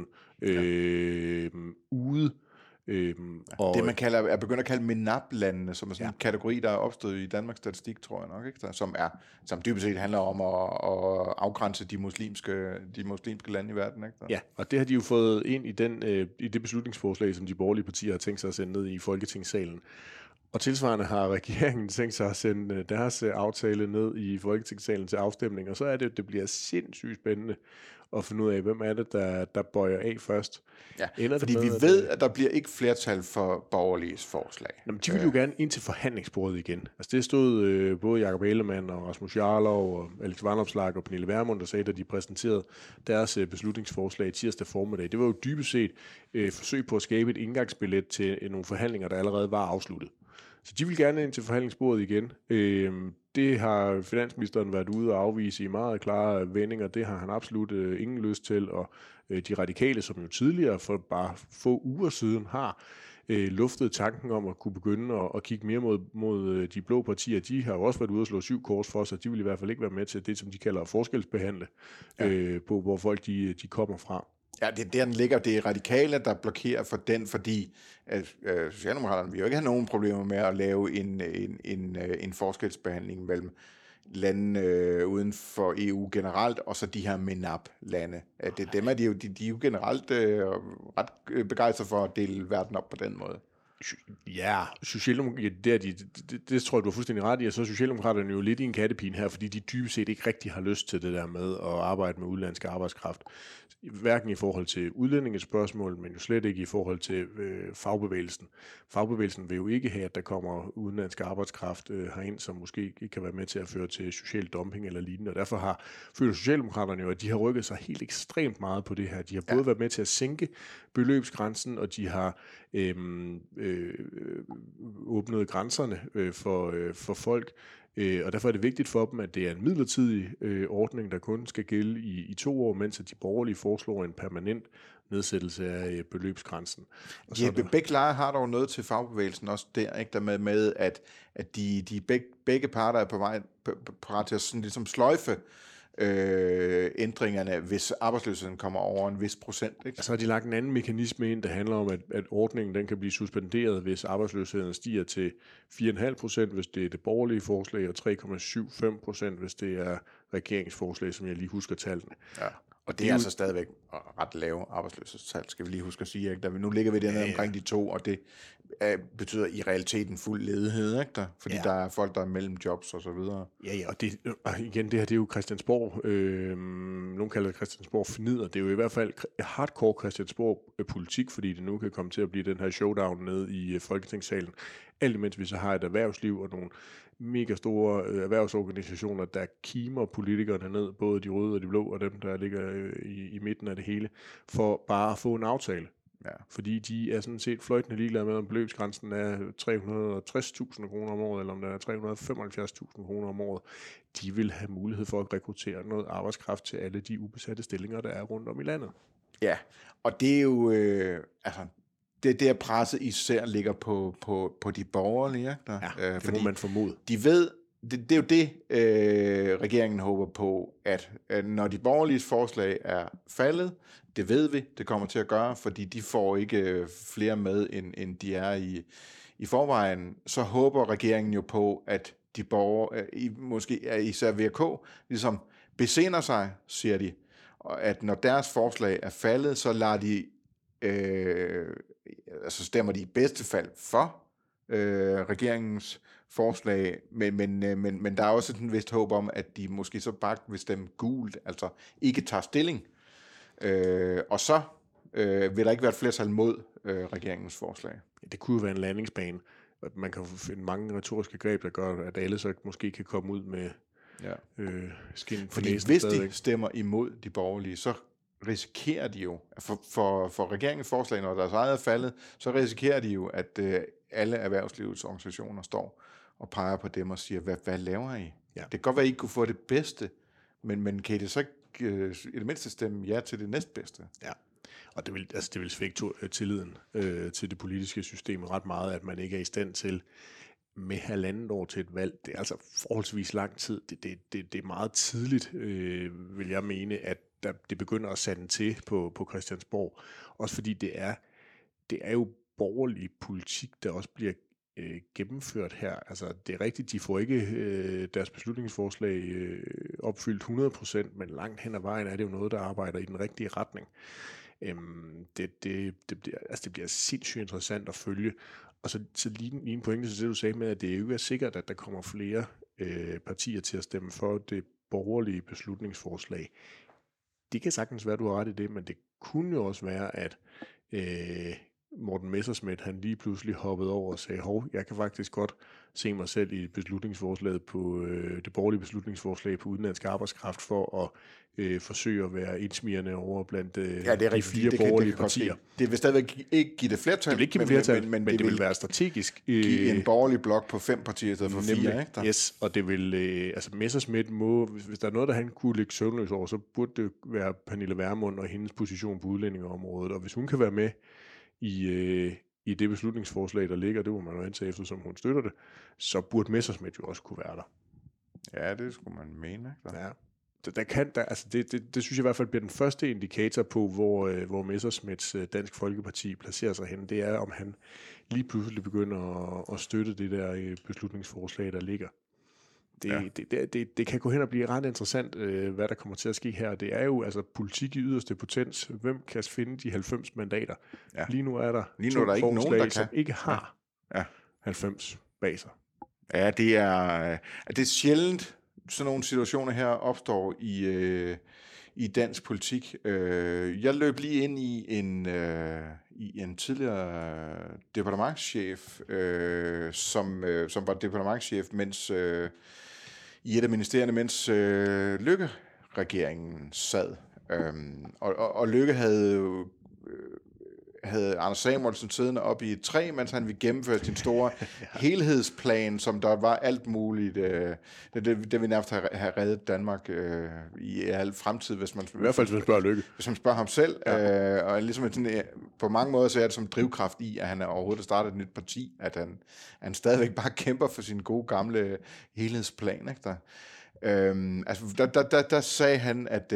ude. Og det man er begyndt at kalde MENAP-landene, som er sådan en kategori, der er opstået i Danmarks Statistik, tror jeg nok, ikke? Som dybest set handler om at afgrænse de muslimske lande i verden. Ikke? Ja, og det har de jo fået ind i det beslutningsforslag, som de borgerlige partier har tænkt sig at sende ned i Folketingssalen. Og tilsvarende har regeringen tænkt sig at sende deres aftale ned i Folketingssalen til afstemning, og så er det bliver sindssygt spændende at finde ud af, hvem er det, der bøjer af først. Ja, fordi vi ved, at der bliver ikke flertal for borgerliges forslag. Jamen, de vil jo gerne ind til forhandlingsbordet igen. Altså det stod både Jakob Ellemann og Rasmus Jarlov og Alex Vanopslagh og Pernille Vermund, der sagde, da de præsenterede deres beslutningsforslag tirsdag formiddag. Det var jo dybest set forsøg på at skabe et indgangsbillet til nogle forhandlinger, der allerede var afsluttet. Så de vil gerne ind til forhandlingsbordet igen. Det har finansministeren været ude og afvise i meget klare vendinger. Det har han absolut ingen lyst til. Og de radikale, som jo tidligere for bare få uger siden har luftet tanken om at kunne begynde at kigge mere mod de blå partier, de har jo også været ude og slå 7 kors for sig. De vil i hvert fald ikke være med til det, som de kalder forskelsbehandle på, hvor folk de kommer fra. Ja, det er der, den ligger. Det er radikale, der blokerer for den, fordi Socialdemokraterne vil jo ikke have nogen problemer med at lave en forskelsbehandling mellem lande uden for EU generelt, og så de her MENAP-lande. Dem er de er jo generelt ret begejstrede for at dele verden op på den måde. Ja, det tror jeg, du har fuldstændig ret i, og så er Socialdemokraterne jo lidt i en kattepine her, fordi de dybest set ikke rigtig har lyst til det der med at arbejde med udenlandsk arbejdskraft. Hverken i forhold til udlændingespørgsmål, men jo slet ikke i forhold til fagbevægelsen. Fagbevægelsen vil jo ikke have, at der kommer udenlandsk arbejdskraft herind, som måske ikke kan være med til at føre til social dumping eller lignende, og derfor føler Socialdemokraterne jo, at de har rykket sig helt ekstremt meget på det her. De har både været med til at sænke beløbsgrænsen, og de har åbnet grænserne for folk, og derfor er det vigtigt for dem, at det er en midlertidig ordning, der kun skal gælde i 2 år, mens de borgerlige foreslår en permanent nedsættelse af beløbsgrænsen. Begge lejre har dog noget til fagbevægelsen også der, ikke? Der med at de begge parter er på vej til at sådan ligesom sløjfe ændringerne, hvis arbejdsløsheden kommer over en vis procent. Ikke? Så har de lagt en anden mekanisme ind, der handler om, at ordningen den kan blive suspenderet, hvis arbejdsløsheden stiger til 4,5%, hvis det er det borgerlige forslag, og 3,75%, hvis det er regeringsforslag, som jeg lige husker tallene. Ja. Og det er altså stadigvæk ret lave arbejdsløshedstal, skal vi lige huske at sige. Ikke? Nu ligger vi dernede omkring de 2, og det betyder i realiteten fuld ledighed, ikke? Fordi der er folk, der er mellem jobs og så videre. Ja, og igen, det her, det er jo Christiansborg, nogen kalder det Christiansborg fnider, det er jo i hvert fald hardcore Christiansborg-politik, fordi det nu kan komme til at blive den her showdown nede i Folketingssalen. Alt imens vi så har et erhvervsliv og nogle mega store erhvervsorganisationer, der kimer politikerne ned, både de røde og de blå, og dem, der ligger i midten af det hele, for bare at få en aftale. Ja. Fordi de er sådan set fløjtende ligeglade med, om beløbsgrænsen er 360.000 kroner om året, eller om den er 375.000 kroner om året. De vil have mulighed for at rekruttere noget arbejdskraft til alle de ubesatte stillinger, der er rundt om i landet. Ja, og det er jo, det der presset især ligger på de borgerlige. Ikke? Ja, det må man formode. De ved, det er jo det, regeringen håber på, at når de borgerlige forslag er faldet, det ved vi, det kommer til at gøre, fordi de får ikke flere med, end de er i forvejen, så håber regeringen jo på, at de borgere, måske især VK, ligesom besinder sig, siger de, og at når deres forslag er faldet, så lader de, altså stemmer de i bedste fald for regeringens forslag, men der er også et vist håb om, at de måske så bare vil stemme gult, altså ikke tager stilling. Og så vil der ikke være et flertal mod regeringens forslag. Det kunne jo være en landingsbane. Man kan finde mange retoriske greb, der gør, at alle så måske kan komme ud med skin på næsen. Hvis de stemmer imod de borgerlige, så risikerer de jo, for regeringens forslag, når deres eget er faldet, så risikerer de jo, at alle erhvervslivets organisationer står og peger på dem og siger, hvad laver I? Ja. Det kan godt være, at I kunne få det bedste, men kan I det så ikke i det mindste stemme ja til det næstbedste? Ja, og det vil svække tilliden til det politiske system ret meget, at man ikke er i stand til med 1,5 år til et valg. Det er altså forholdsvis lang tid. Det er meget tidligt, vil jeg mene, at det begynder at sande til på Christiansborg. Også fordi det er jo borgerlig politik, der også bliver gennemført her. Altså, det er rigtigt, de får ikke deres beslutningsforslag opfyldt 100%, men langt hen ad vejen er det jo noget, der arbejder i den rigtige retning. Det bliver sindssygt interessant at følge. Og så lige en pointe til det, du sagde med, at det jo er sikkert, at der kommer flere partier til at stemme for det borgerlige beslutningsforslag. Det kan sagtens være, du har ret i det, men det kunne jo også være, at Morten Messerschmidt, han lige pludselig hoppede over og sagde, jeg kan faktisk godt se mig selv i beslutningsforslaget på det borgerlige beslutningsforslag på udenlandsk arbejdskraft for at forsøge at være indsmirrende over blandt de 4 borgerlige partier. Det vil stadigvæk ikke give det flertal. Det vil ikke give det flertal, men det vil være strategisk. Give en borgerlig blok på 5 partier i stedet for 4. Ikke? Yes, og det vil, Messerschmidt må, hvis der er noget, der han kunne ligge søvnløs over, så burde det være Pernille Vermund og hendes position på udlændingeområdet. Og hvis hun kan være med i det beslutningsforslag, der ligger, det må man jo antage, eftersom hun støtter det, så burde Messerschmidt jo også kunne være der. Ja, det skulle man mene. Ikke? Ja. Det synes jeg i hvert fald bliver den første indikator på, hvor Messerschmidts Dansk Folkeparti placerer sig hen. Det er, om han lige pludselig begynder at støtte det der beslutningsforslag, der ligger. Det kan gå hen og blive ret interessant, hvad der kommer til at ske her. Det er jo altså politik i yderste potens. Hvem kan finde de 90 mandater? Ja. Lige nu er der ikke nogen, der som ikke har 90 bag sig. Ja, det er sjældent, sådan nogle situationer her opstår i dansk politik. Jeg løb lige ind i en tidligere departementschef, som var departementschef, mens i et af ministerierne, mens Løkke-regeringen sad. Og Løkke havde Anders Samuelsen siddende op i et træ, mens han ville gennemføre sin store helhedsplan, som der var alt muligt. Det vil nærmest have reddet Danmark i al fremtid, hvis man... I hvert fald, hvis man spørger Løkke. Hvis man spørger ham selv. Ja. Og ligesom sådan, på mange måder så er det som drivkraft i, at han overhovedet startet et nyt parti, at han stadigvæk bare kæmper for sin gode gamle helhedsplan. Ikke der? Der sagde han, at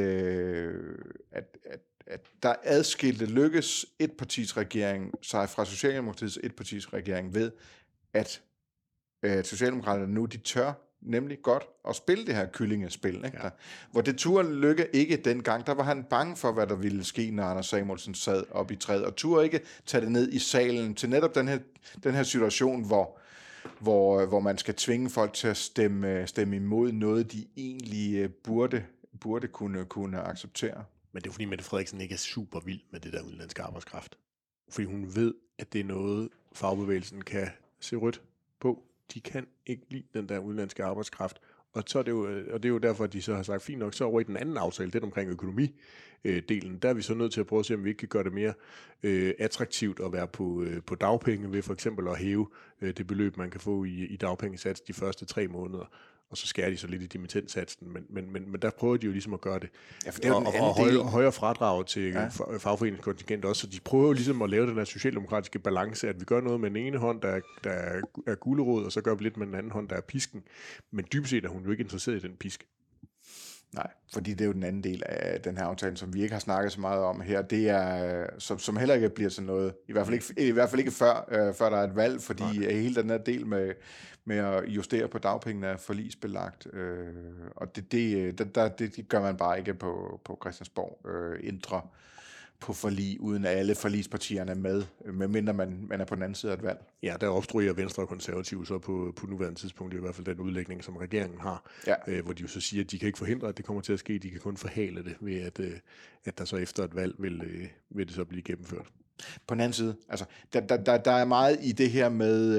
der adskilte Lykkes etpartisregering sig fra Socialdemokratiets etpartisregering ved, at Socialdemokraterne nu, de tør nemlig godt at spille det her kyllingespil. Ikke? Ja. Hvor det turde Løkke ikke dengang, der var han bange for, hvad der ville ske, når Anders Samuelsen sad op i træet, og turde ikke tage det ned i salen til netop den her situation, hvor man skal tvinge folk til at stemme imod noget, de egentlig burde kunne acceptere. Men det er fordi Mette Frederiksen ikke er super vild med det der udenlandske arbejdskraft. Fordi hun ved, at det er noget, fagbevægelsen kan se rødt på. De kan ikke lide den der udenlandske arbejdskraft. Og det er jo derfor, at de så har sagt, fint nok, så over i den anden aftale, den omkring økonomidelen, der er vi så nødt til at prøve at se, om vi ikke kan gøre det mere attraktivt at være på dagpenge ved for eksempel at hæve det beløb, man kan få i dagpengesats de første 3 måneder. og så skærer de så lidt i dimittentsatsen, men der prøver de jo ligesom at gøre det. Ja, for det er jo og højere fradrag til fagforeningskontingent også, så de prøver jo ligesom at lave den her socialdemokratiske balance, at vi gør noget med den ene hånd, der er gulerod, og så gør vi lidt med den anden hånd, der er pisken. Men dybest set er hun jo ikke interesseret i den pisk. Nej, fordi det er jo den anden del af den her aftale, som vi ikke har snakket så meget om her. Det er, som heller ikke bliver sådan noget, i hvert fald ikke før der er et valg, fordi hele den her del med at justere på dagpengene er forligsbelagt, og det gør man bare ikke på Christiansborg, ændre på forlig, uden at alle forligspartierne er med, medmindre man er på den anden side af et valg. Ja, der obstruerer Venstre og Konservative så på nuværende tidspunkt, det er i hvert fald den udlægning, som regeringen har, hvor de jo så siger, at de kan ikke forhindre, at det kommer til at ske, de kan kun forhale det, ved at der så efter et valg vil det så blive gennemført. På den anden side, altså, der er meget i det her med,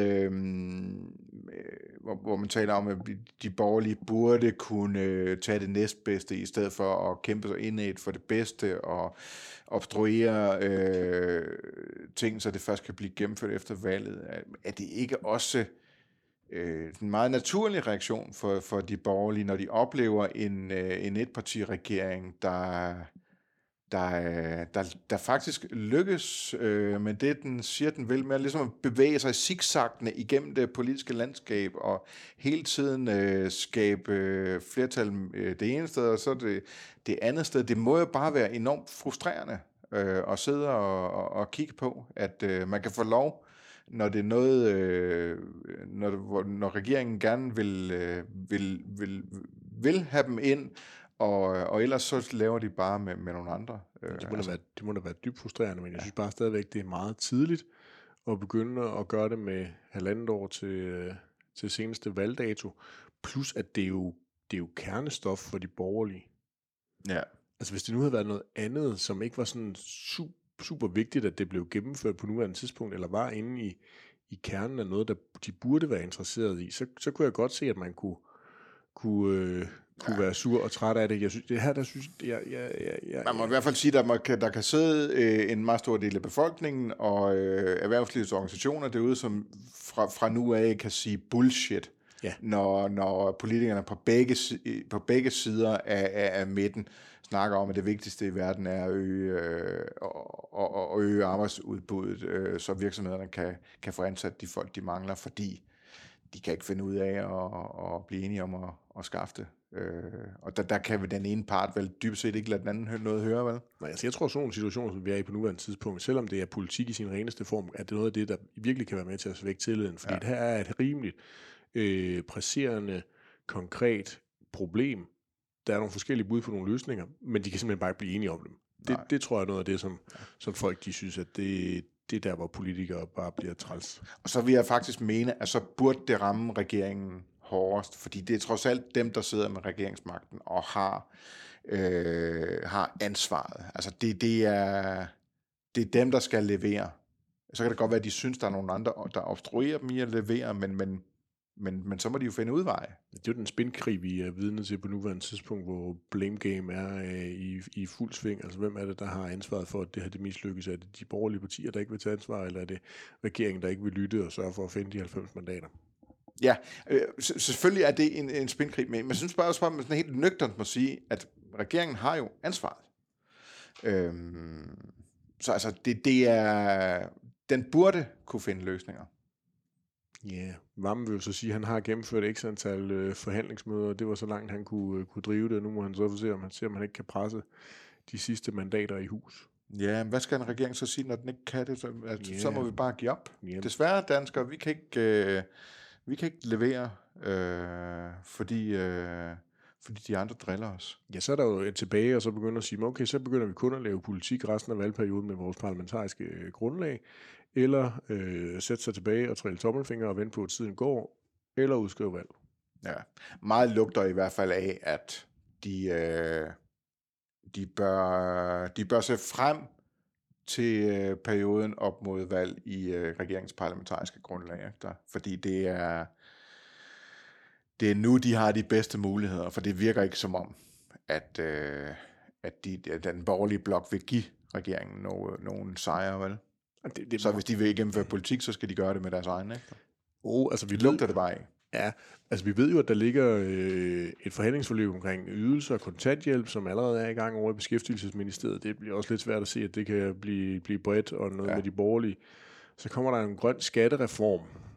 hvor man taler om, at de borgerlige burde kunne tage det næstbedste, i stedet for at kæmpe sig indad for det bedste, og obstruere ting, så det først kan blive gennemført efter valget. Er det ikke også en meget naturlig reaktion for de borgerlige, når de oplever en etpartiregering, der faktisk lykkes med det, den siger, den vil, med at ligesom bevæge sig zigzaggende igennem det politiske landskab, og hele tiden skabe flertal det ene sted, og så det andet sted. Det må jo bare være enormt frustrerende at sidde og kigge på, at man kan få lov, når det er noget, når regeringen gerne vil have dem ind, og ellers så laver de bare med nogle andre. Det må da være dybt frustrerende, men jeg synes bare stadigvæk, det er meget tidligt at begynde at gøre det med 1,5 år til seneste valgdato. Plus, at det er jo kernestof for de borgerlige. Ja. Altså, hvis det nu havde været noget andet, som ikke var sådan super vigtigt, at det blev gennemført på nuværende tidspunkt, eller var inde i kernen af noget, der de burde være interesseret i, så kunne jeg godt se, at man kunne være sur og træt af det. Jeg synes, det her, der synes jeg... Man må i hvert fald sige, at der kan sidde en meget stor del af befolkningen og erhvervslivets organisationer derude, som fra nu af kan sige bullshit, når politikerne på begge sider af midten snakker om, at det vigtigste i verden er at øge arbejdsudbuddet, så virksomhederne kan få ansat de folk, de mangler, fordi de kan ikke finde ud af at blive enige om at skaffe det. Og der kan vi den ene part vel dybest set ikke lade den anden noget høre, vel? Nej, altså jeg tror, sådan en situation, som vi er i på nuværende tidspunkt, selvom det er politik i sin reneste form, er det noget af det, der virkelig kan være med til at svække tilliden. Fordi det her er et rimeligt presserende, konkret problem. Der er nogle forskellige bud på nogle løsninger, men de kan simpelthen bare ikke blive enige om dem. Det tror jeg er noget af det, som folk de synes, at det er der, hvor politikere bare bliver træls. Og så vil jeg faktisk mene, at så burde det ramme regeringen hårdest, fordi det er trods alt dem, der sidder med regeringsmagten og har ansvaret. Altså det er dem, der skal levere. Så kan det godt være, at de synes, der er nogle andre, der obstruerer dem i at levere, men så må de jo finde udveje. Det er jo den spinkrig, vi er vidne til på nuværende tidspunkt, hvor blame game er i fuld sving. Altså hvem er det, der har ansvaret for, at det her det mislykkes? Er det de borgerlige partier, der ikke vil tage ansvar, eller er det regeringen, der ikke vil lytte og sørge for at finde de 90 mandater? Ja, selvfølgelig er det en spinkrig, men jeg synes bare, at man sådan helt nøgternt må sige, at regeringen har jo ansvaret. Så altså, det er... Den burde kunne finde løsninger. Ja, Wammen vil jo så sige, at han har gennemført x antal forhandlingsmøder, og det var så langt, han kunne drive det. Nu må han så få se, om han ikke kan presse de sidste mandater i hus. Ja, hvad skal en regering så sige, når den ikke kan det? Så må vi bare give op. Desværre, danskere, vi kan ikke levere, fordi de andre driller os. Ja, så er der jo et tilbage, og så begynder at sige, okay, så begynder vi kun at lave politik resten af valgperioden med vores parlamentariske grundlag, eller sætte sig tilbage og trille tommelfinger og vente på, at tiden går, eller udskrive valg. Ja, meget lugter i hvert fald af, at de bør se frem til perioden op mod valg i regeringens parlamentariske grundlag, fordi det er nu, de har de bedste muligheder, for det virker ikke som om, at den borgerlige blok vil give regeringen nogen sejre, vel? Så hvis de vil gennemføre politik, så skal de gøre det med deres egne, ikke? Altså vi lugter det bare af. Ja, altså vi ved jo, at der ligger et forhandlingsforløb omkring ydelser og kontanthjælp, som allerede er i gang over i Beskæftigelsesministeriet. Det bliver også lidt svært at se, at det kan blive bredt og noget med de borgerlige. Så kommer der en grøn skattereform.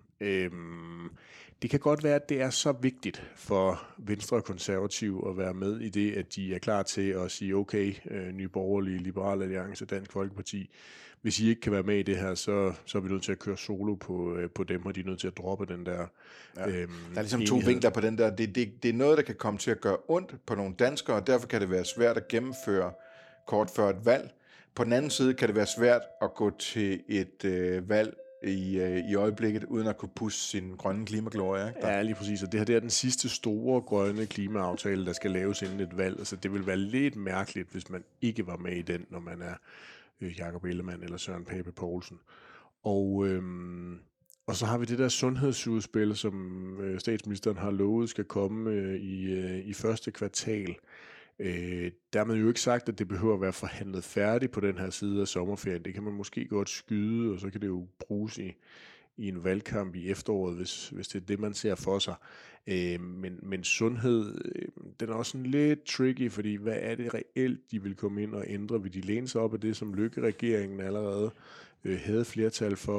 Det kan godt være, at det er så vigtigt for Venstre og Konservative at være med i det, at de er klar til at sige, okay, Nye Borgerlige, Liberal Alliance, Dansk Folkeparti, hvis I ikke kan være med i det her, så er vi nødt til at køre solo på dem, og de er nødt til at droppe den der der er ligesom to vinkler på den der. Det er noget, der kan komme til at gøre ondt på nogle danskere, og derfor kan det være svært at gennemføre kort før et valg. På den anden side kan det være svært at gå til et valg i øjeblikket, uden at kunne pusse sin grønne klimaglorie. Ikke? Ja, lige præcis. Og det her det er den sidste store grønne klimaaftale, der skal laves inden et valg. Altså, det vil være lidt mærkeligt, hvis man ikke var med i den, når man er Jakob Ellemann eller Søren Pape Poulsen. Og så har vi det der sundhedsudspil, som statsministeren har lovet skal komme i første kvartal. Dermed jo ikke sagt, at det behøver at være forhandlet færdigt på den her side af sommerferien. Det kan man måske godt skyde, og så kan det jo bruges i en valgkamp i efteråret, hvis det er det, man ser for sig. Men sundhed, den er også sådan lidt tricky, fordi hvad er det reelt, de vil komme ind og ændre? Vil de læne sig op af det, som Løkke-regeringen allerede havde flertal for,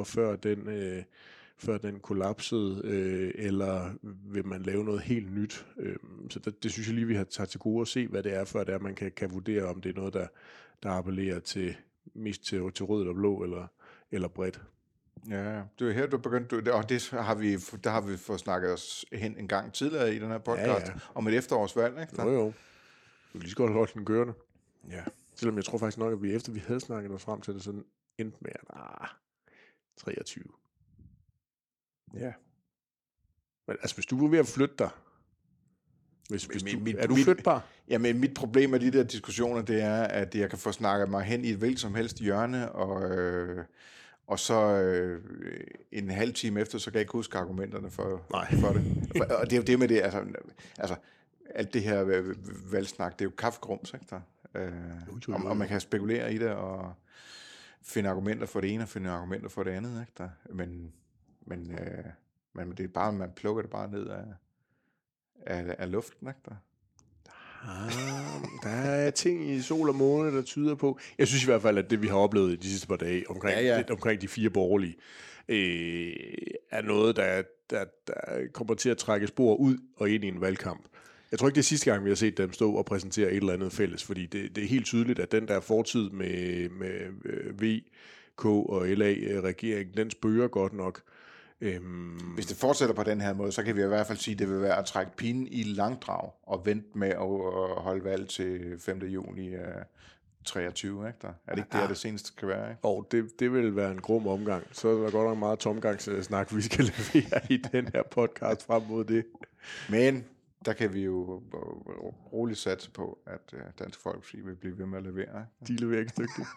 før den kollapsede, eller vil man lave noget helt nyt? Så det synes jeg lige, vi har taget til gode at se, hvad det er, før det er, man kan vurdere, om det er noget, der appellerer mest til rød og blå, eller bredt. Ja, det er her, du begyndte, og der har vi fået snakket os hen en gang tidligere i den her podcast, om et efterårsvalg, ikke? Jo. Du kan lige så godt holde den kørende. Ja. Selvom jeg tror faktisk nok, at efter vi havde snakket os frem til det, sådan endte med, 23. Ja. Men altså, hvis du var ved at flytte dig, er du flytbar? Jamen, mit problem med de der diskussioner, det er, at jeg kan få snakket mig hen i et hvilket som helst hjørne, og så en halv time efter, så kan jeg ikke huske argumenterne for det. Og det er jo det med det, altså alt det her valgsnak, det er jo kaffegrums, ikke der? Og man kan spekulere i det, og finde argumenter for det ene, og finde argumenter for det andet, ikke der? Men det er bare, man plukker det bare ned af luften, ikke der? Der er ting i sol og måne, der tyder på. Jeg synes i hvert fald, at det vi har oplevet de sidste par dage omkring de fire borgerlige, er noget, der kommer til at trække spor ud og ind i en valgkamp. Jeg tror ikke, det er sidste gang, vi har set dem stå og præsentere et eller andet fælles, fordi det er helt tydeligt, at den der fortid med V, K og LA-regeringen, den spøger godt nok. Hvis det fortsætter på den her måde, så kan vi i hvert fald sige, at det vil være at trække pinden i langdrag og vente med at holde valg til 5. juni 23, ikke der? Er det ikke det seneste kan være, ikke? Og det vil være en grum omgang. Så er der godt nok meget tomgangssnak, vi skal levere i den her podcast frem mod det. Men der kan vi jo roligt satse på, at Dansk Folkeparti vil blive ved med at levere. De leverer ikke dygtigt.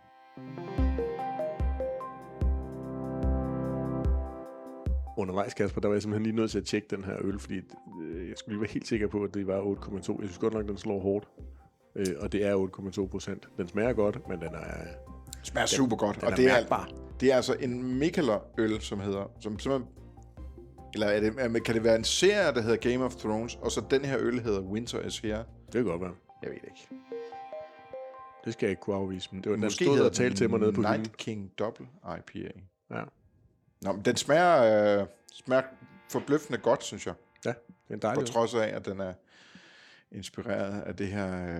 Undervejs, Kasper, der var jeg simpelthen lige nødt til at tjekke den her øl, fordi jeg skulle lige være helt sikker på, at det var 8,2. Jeg synes godt nok, den slår hårdt. Og det er 8,2%. Den smager godt, men den smager super godt. Og det er altså en Mikkeller-øl, som simpelthen, eller kan det være en serie, der hedder Game of Thrones, og så den her øl hedder Winter is Here? Det kan godt være. Jeg ved ikke. Det skal jeg ikke kunne afvise. Det var den stod og talte til mig nede på hylden. Night King Double IPA. Ja. Nå, men den smager forbløffende godt, synes jeg. Ja, det er en dejlig. På trods af, at den er inspireret af det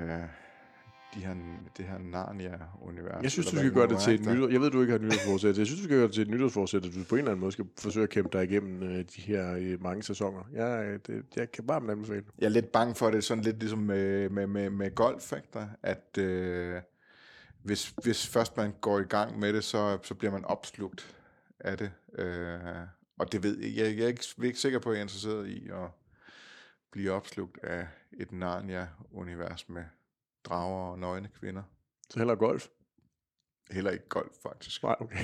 her Narnia-univers. Jeg synes, du skal gøre det til et nytårsforsæt. Jeg ved, du ikke har et nytårsforsæt. Jeg synes, du skal gøre det til et nytårsforsæt, at du på en eller anden måde skal forsøge at kæmpe dig igennem de her mange sæsoner. Jeg kan bare anbefale. Jeg er lidt bange for det, sådan lidt ligesom med golf, ikke? At hvis først man går i gang med det, så bliver man opslugt af det. Og det ved jeg. Jeg er ikke sikker på, at jeg er interesseret i at blive opslugt af et Narnia-univers med drager og nøgne kvinder. Så heller golf? Heller ikke golf, faktisk. Nej, okay.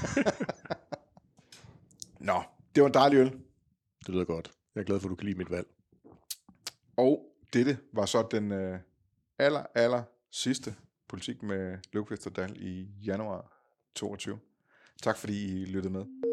Nå, det var en dejlig øl. Det lyder godt. Jeg er glad for, at du kan lide mit valg. Og dette var så den aller sidste politik med Løvqvist og Dahl i januar 22. Tak fordi I lyttede med.